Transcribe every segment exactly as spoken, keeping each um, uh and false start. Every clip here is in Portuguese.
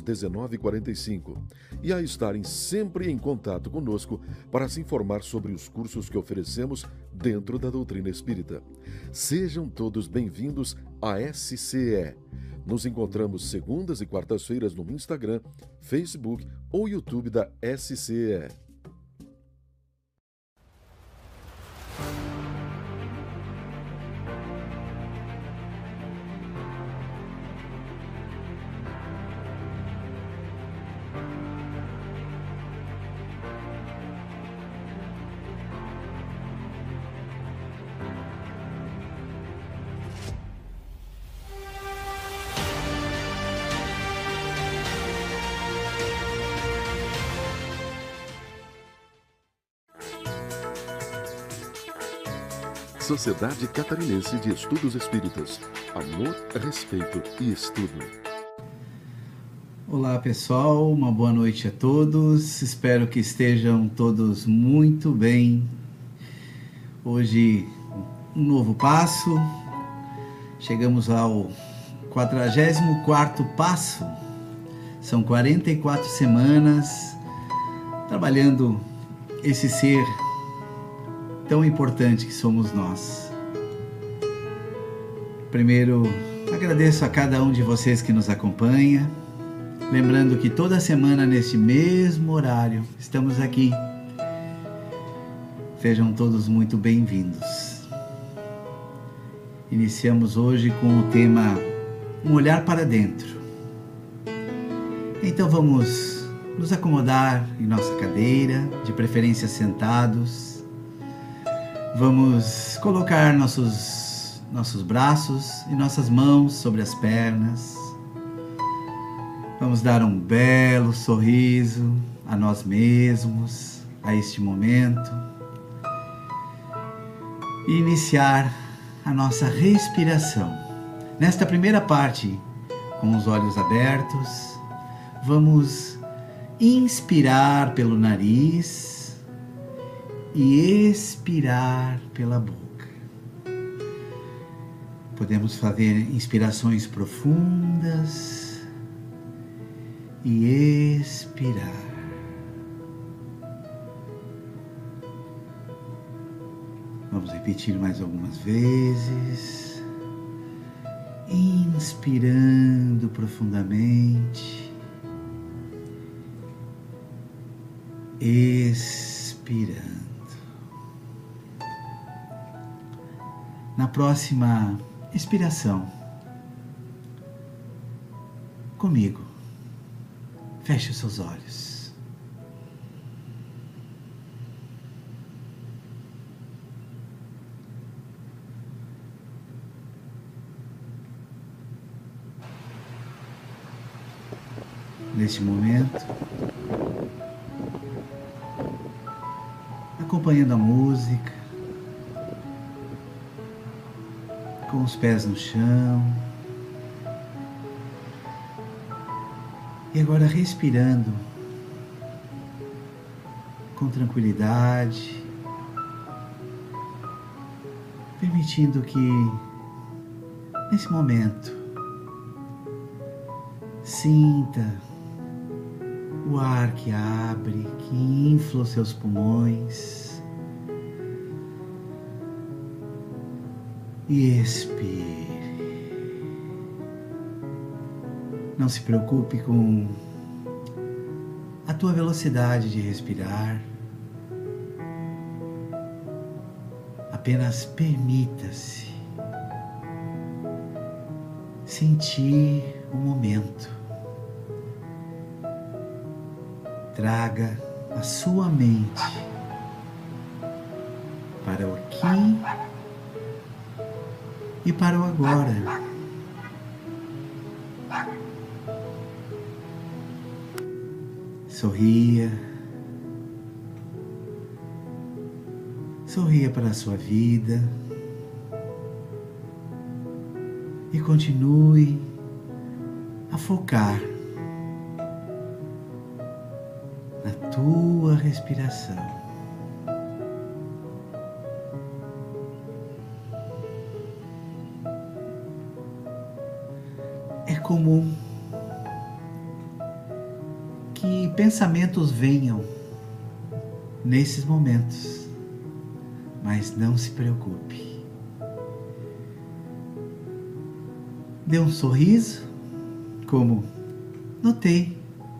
dezenove e quarenta e cinco e a estarem sempre em contato conosco para se informar sobre os cursos que oferecemos dentro da doutrina espírita. Sejam todos bem-vindos à S C E. Nos encontramos segundas e quartas-feiras no Instagram, Facebook ou YouTube da S C E. Sociedade Catarinense de Estudos Espíritas. Amor, respeito e estudo. Olá pessoal, uma boa noite a todos. Espero que estejam todos muito bem. Hoje, um novo passo. Chegamos ao quadragésimo quarto passo. São quarenta e quatro semanas trabalhando esse ser tão importante que somos nós. Primeiro, agradeço a cada um de vocês que nos acompanha, lembrando que toda semana neste mesmo horário estamos aqui. Sejam todos muito bem-vindos. Iniciamos hoje com o tema Um Olhar para Dentro. Então vamos nos acomodar em nossa cadeira, de preferência sentados. Vamos colocar nossos, nossos braços e nossas mãos sobre as pernas. Vamos dar um belo sorriso a nós mesmos, a este momento. E iniciar a nossa respiração. Nesta primeira parte, com os olhos abertos, vamos inspirar pelo nariz e expirar pela boca. Podemos fazer inspirações profundas e expirar. Vamos repetir mais algumas vezes. Inspirando profundamente. Expirando. Na próxima expiração, comigo, feche os seus olhos. Neste momento, acompanhando a música, com os pés no chão, e agora respirando com tranquilidade, permitindo que nesse momento sinta o ar que abre, que infla os seus pulmões. E expire. Não se preocupe com a tua velocidade de respirar. Apenas permita-se sentir o momento. Traga a sua mente para o aqui e para o agora. Sorria. Sorria para a sua vida. E continue a focar na tua respiração. É comum que pensamentos venham nesses momentos, mas não se preocupe. Dê um sorriso, como notei,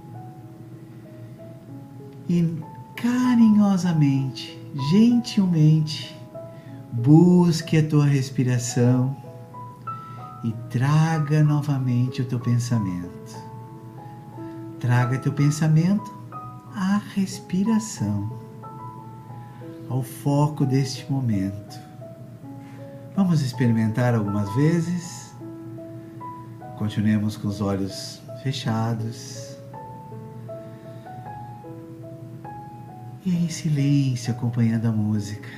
e carinhosamente, gentilmente, busque a tua respiração e traga novamente o teu pensamento. Traga teu pensamento à respiração, ao foco deste momento. Vamos experimentar algumas vezes. Continuemos com os olhos fechados. E em silêncio, acompanhando a música.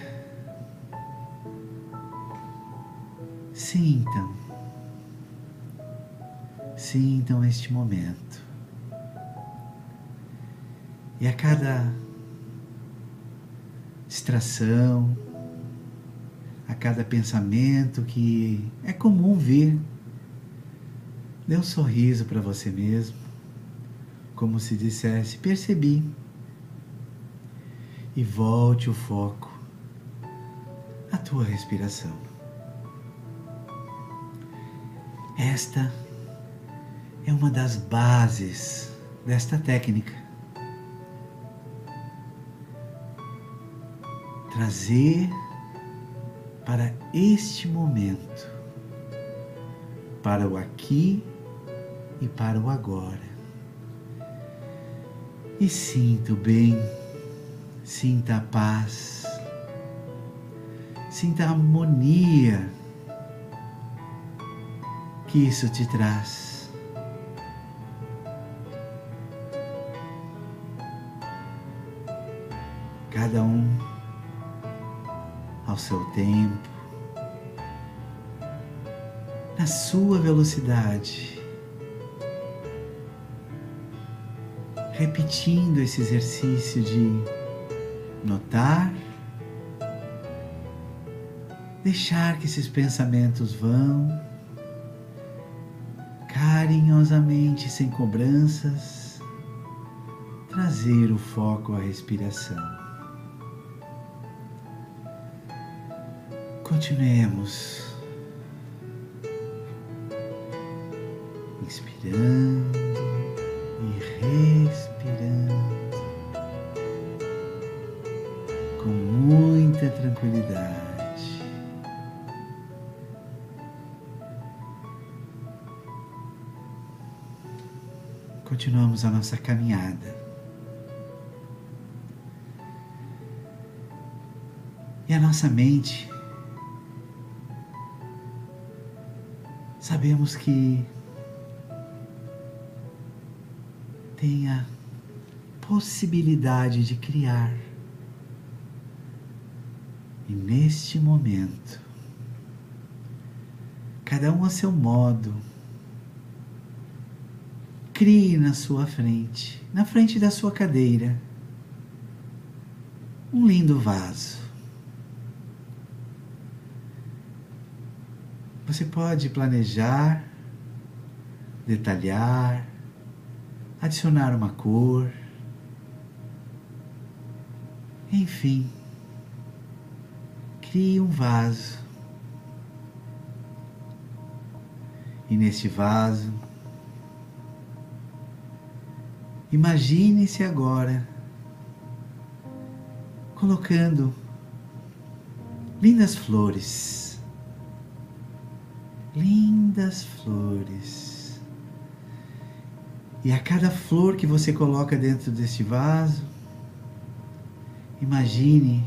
Sintam. Sintam este momento. E a cada distração, a cada pensamento que é comum vir, dê um sorriso para você mesmo, como se dissesse, percebi. E volte o foco à tua respiração. Esta é uma das bases desta técnica. Trazer para este momento, para o aqui e para o agora. E sinta o bem, sinta a paz, sinta a harmonia que isso te traz. Cada um ao seu tempo, na sua velocidade, repetindo esse exercício de notar, deixar que esses pensamentos vão carinhosamente, sem cobranças, trazer o foco à respiração. Continuemos inspirando e respirando com muita tranquilidade. Continuamos a nossa caminhada. E a nossa mente, sabemos que tem a possibilidade de criar. E neste momento, cada um a seu modo, crie na sua frente, na frente da sua cadeira, um lindo vaso. Você pode planejar, detalhar, adicionar uma cor, enfim, crie um vaso. E neste vaso, imagine-se agora colocando lindas flores. Lindas flores. E a cada flor que você coloca dentro deste vaso, imagine,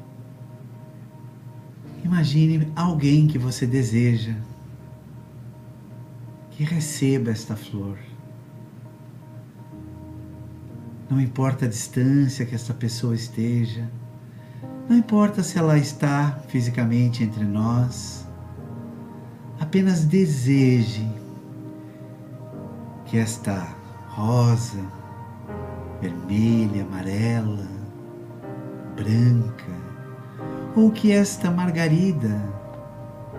imagine alguém que você deseja que receba esta flor. Não importa a distância que esta pessoa esteja, não importa se ela está fisicamente entre nós, apenas deseje que esta rosa, vermelha, amarela, branca, ou que esta margarida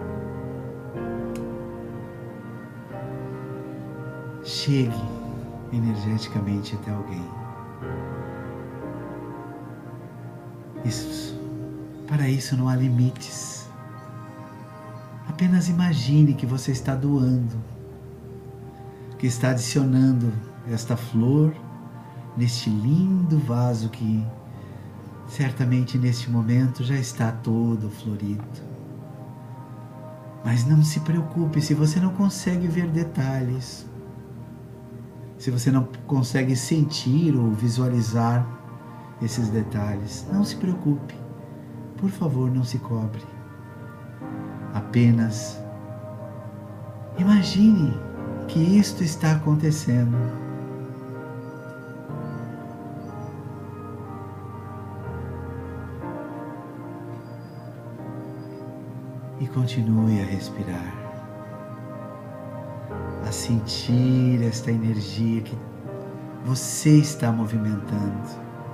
chegue energeticamente até alguém. Isso, para isso não há limites. Apenas imagine que você está doando, que está adicionando esta flor neste lindo vaso que certamente neste momento já está todo florido. Mas não se preocupe se você não consegue ver detalhes, se você não consegue sentir ou visualizar esses detalhes. Não se preocupe, por favor, não se cobre. Apenas imagine que isto está acontecendo. E continue a respirar, a sentir esta energia que você está movimentando,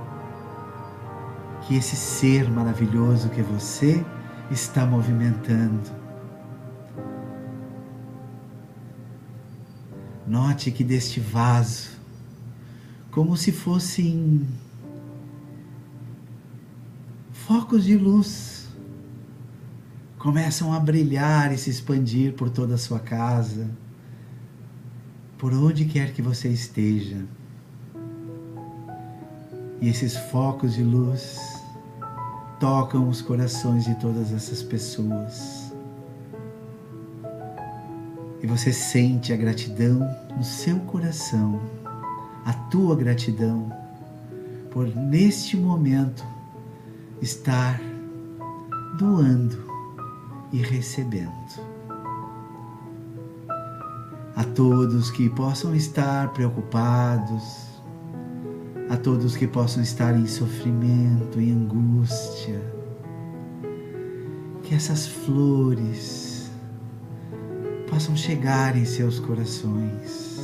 que esse ser maravilhoso que você está movimentando. Note que deste vaso, como se fossem focos de luz, começam a brilhar e se expandir por toda a sua casa, por onde quer que você esteja. E esses focos de luz tocam os corações de todas essas pessoas. E você sente a gratidão no seu coração, a tua gratidão por neste momento estar doando e recebendo. A todos que possam estar preocupados, a todos que possam estar em sofrimento, em angústia, que essas flores possam chegar em seus corações,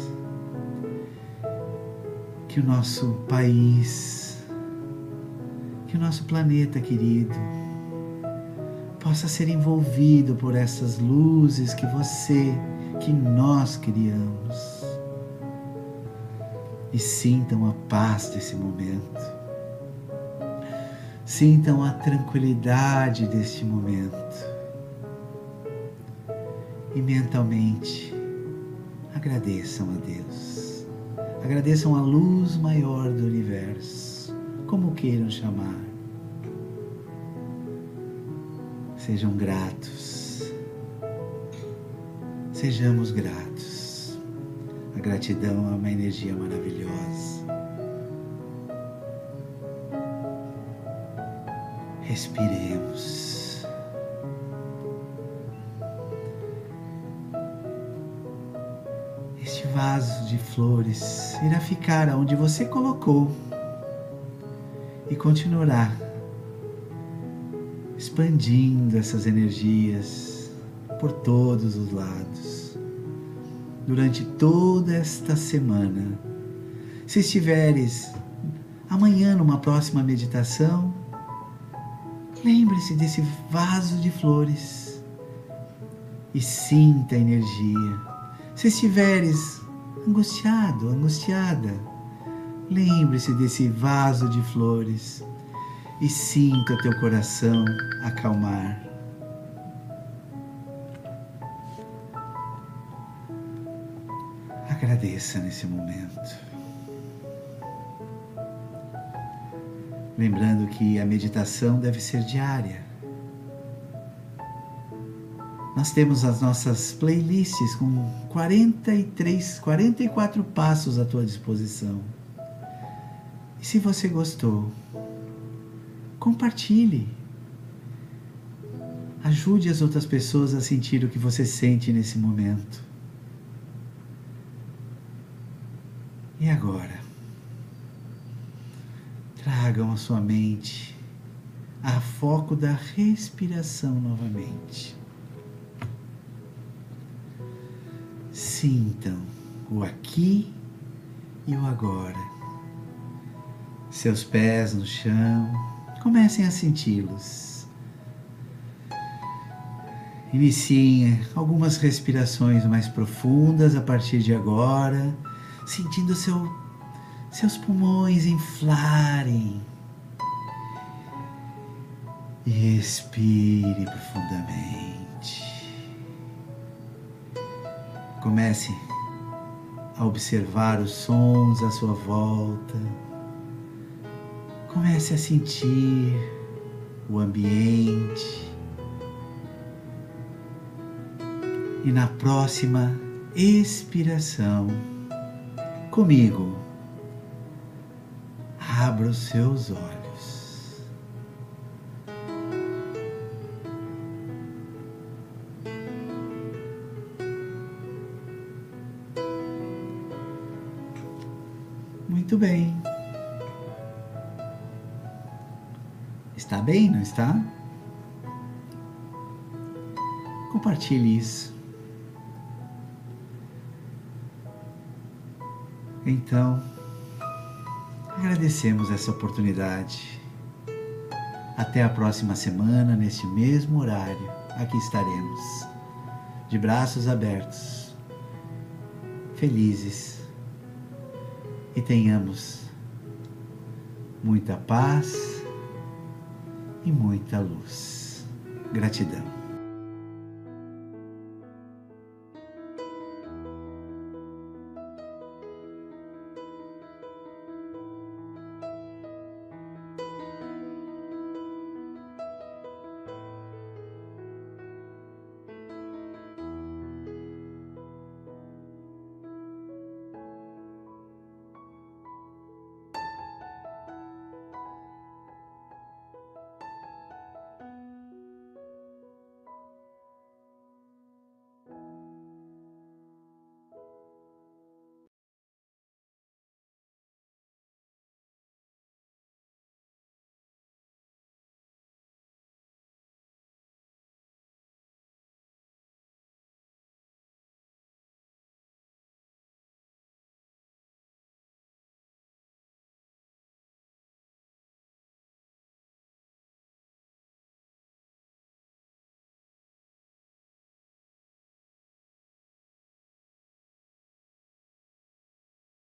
que o nosso país, que o nosso planeta querido possa ser envolvido por essas luzes que você, que nós criamos. E sintam a paz desse momento. Sintam a tranquilidade deste momento. E mentalmente agradeçam a Deus. Agradeçam a luz maior do universo, como queiram chamar. Sejam gratos, sejamos gratos. A gratidão é uma energia maravilhosa. Respiremos. Este vaso de flores irá ficar onde você colocou e continuará expandindo essas energias por todos os lados, durante toda esta semana. Se estiveres amanhã numa próxima meditação, lembre-se desse vaso de flores e sinta a energia. Se estiveres angustiado, angustiada, lembre-se desse vaso de flores e sinta teu coração acalmar. Agradeça nesse momento. Lembrando que a meditação deve ser diária. Nós temos as nossas playlists com quarenta e três, quarenta e quatro passos à tua disposição. E se você gostou, compartilhe. Ajude as outras pessoas a sentir o que você sente nesse momento. E agora, tragam a sua mente a foco da respiração novamente. Sintam o aqui e o agora. Seus pés no chão, comecem a senti-los. Iniciem algumas respirações mais profundas a partir de agora, sentindo seu, seus pulmões inflarem. E expire profundamente. Comece a observar os sons à sua volta. Comece a sentir o ambiente. E na próxima expiração, comigo, abra os seus olhos. Muito bem. Está bem, não está? Compartilhe isso. Então, agradecemos essa oportunidade. Até a próxima semana, neste mesmo horário, aqui estaremos, de braços abertos, felizes, e tenhamos muita paz e muita luz. Gratidão.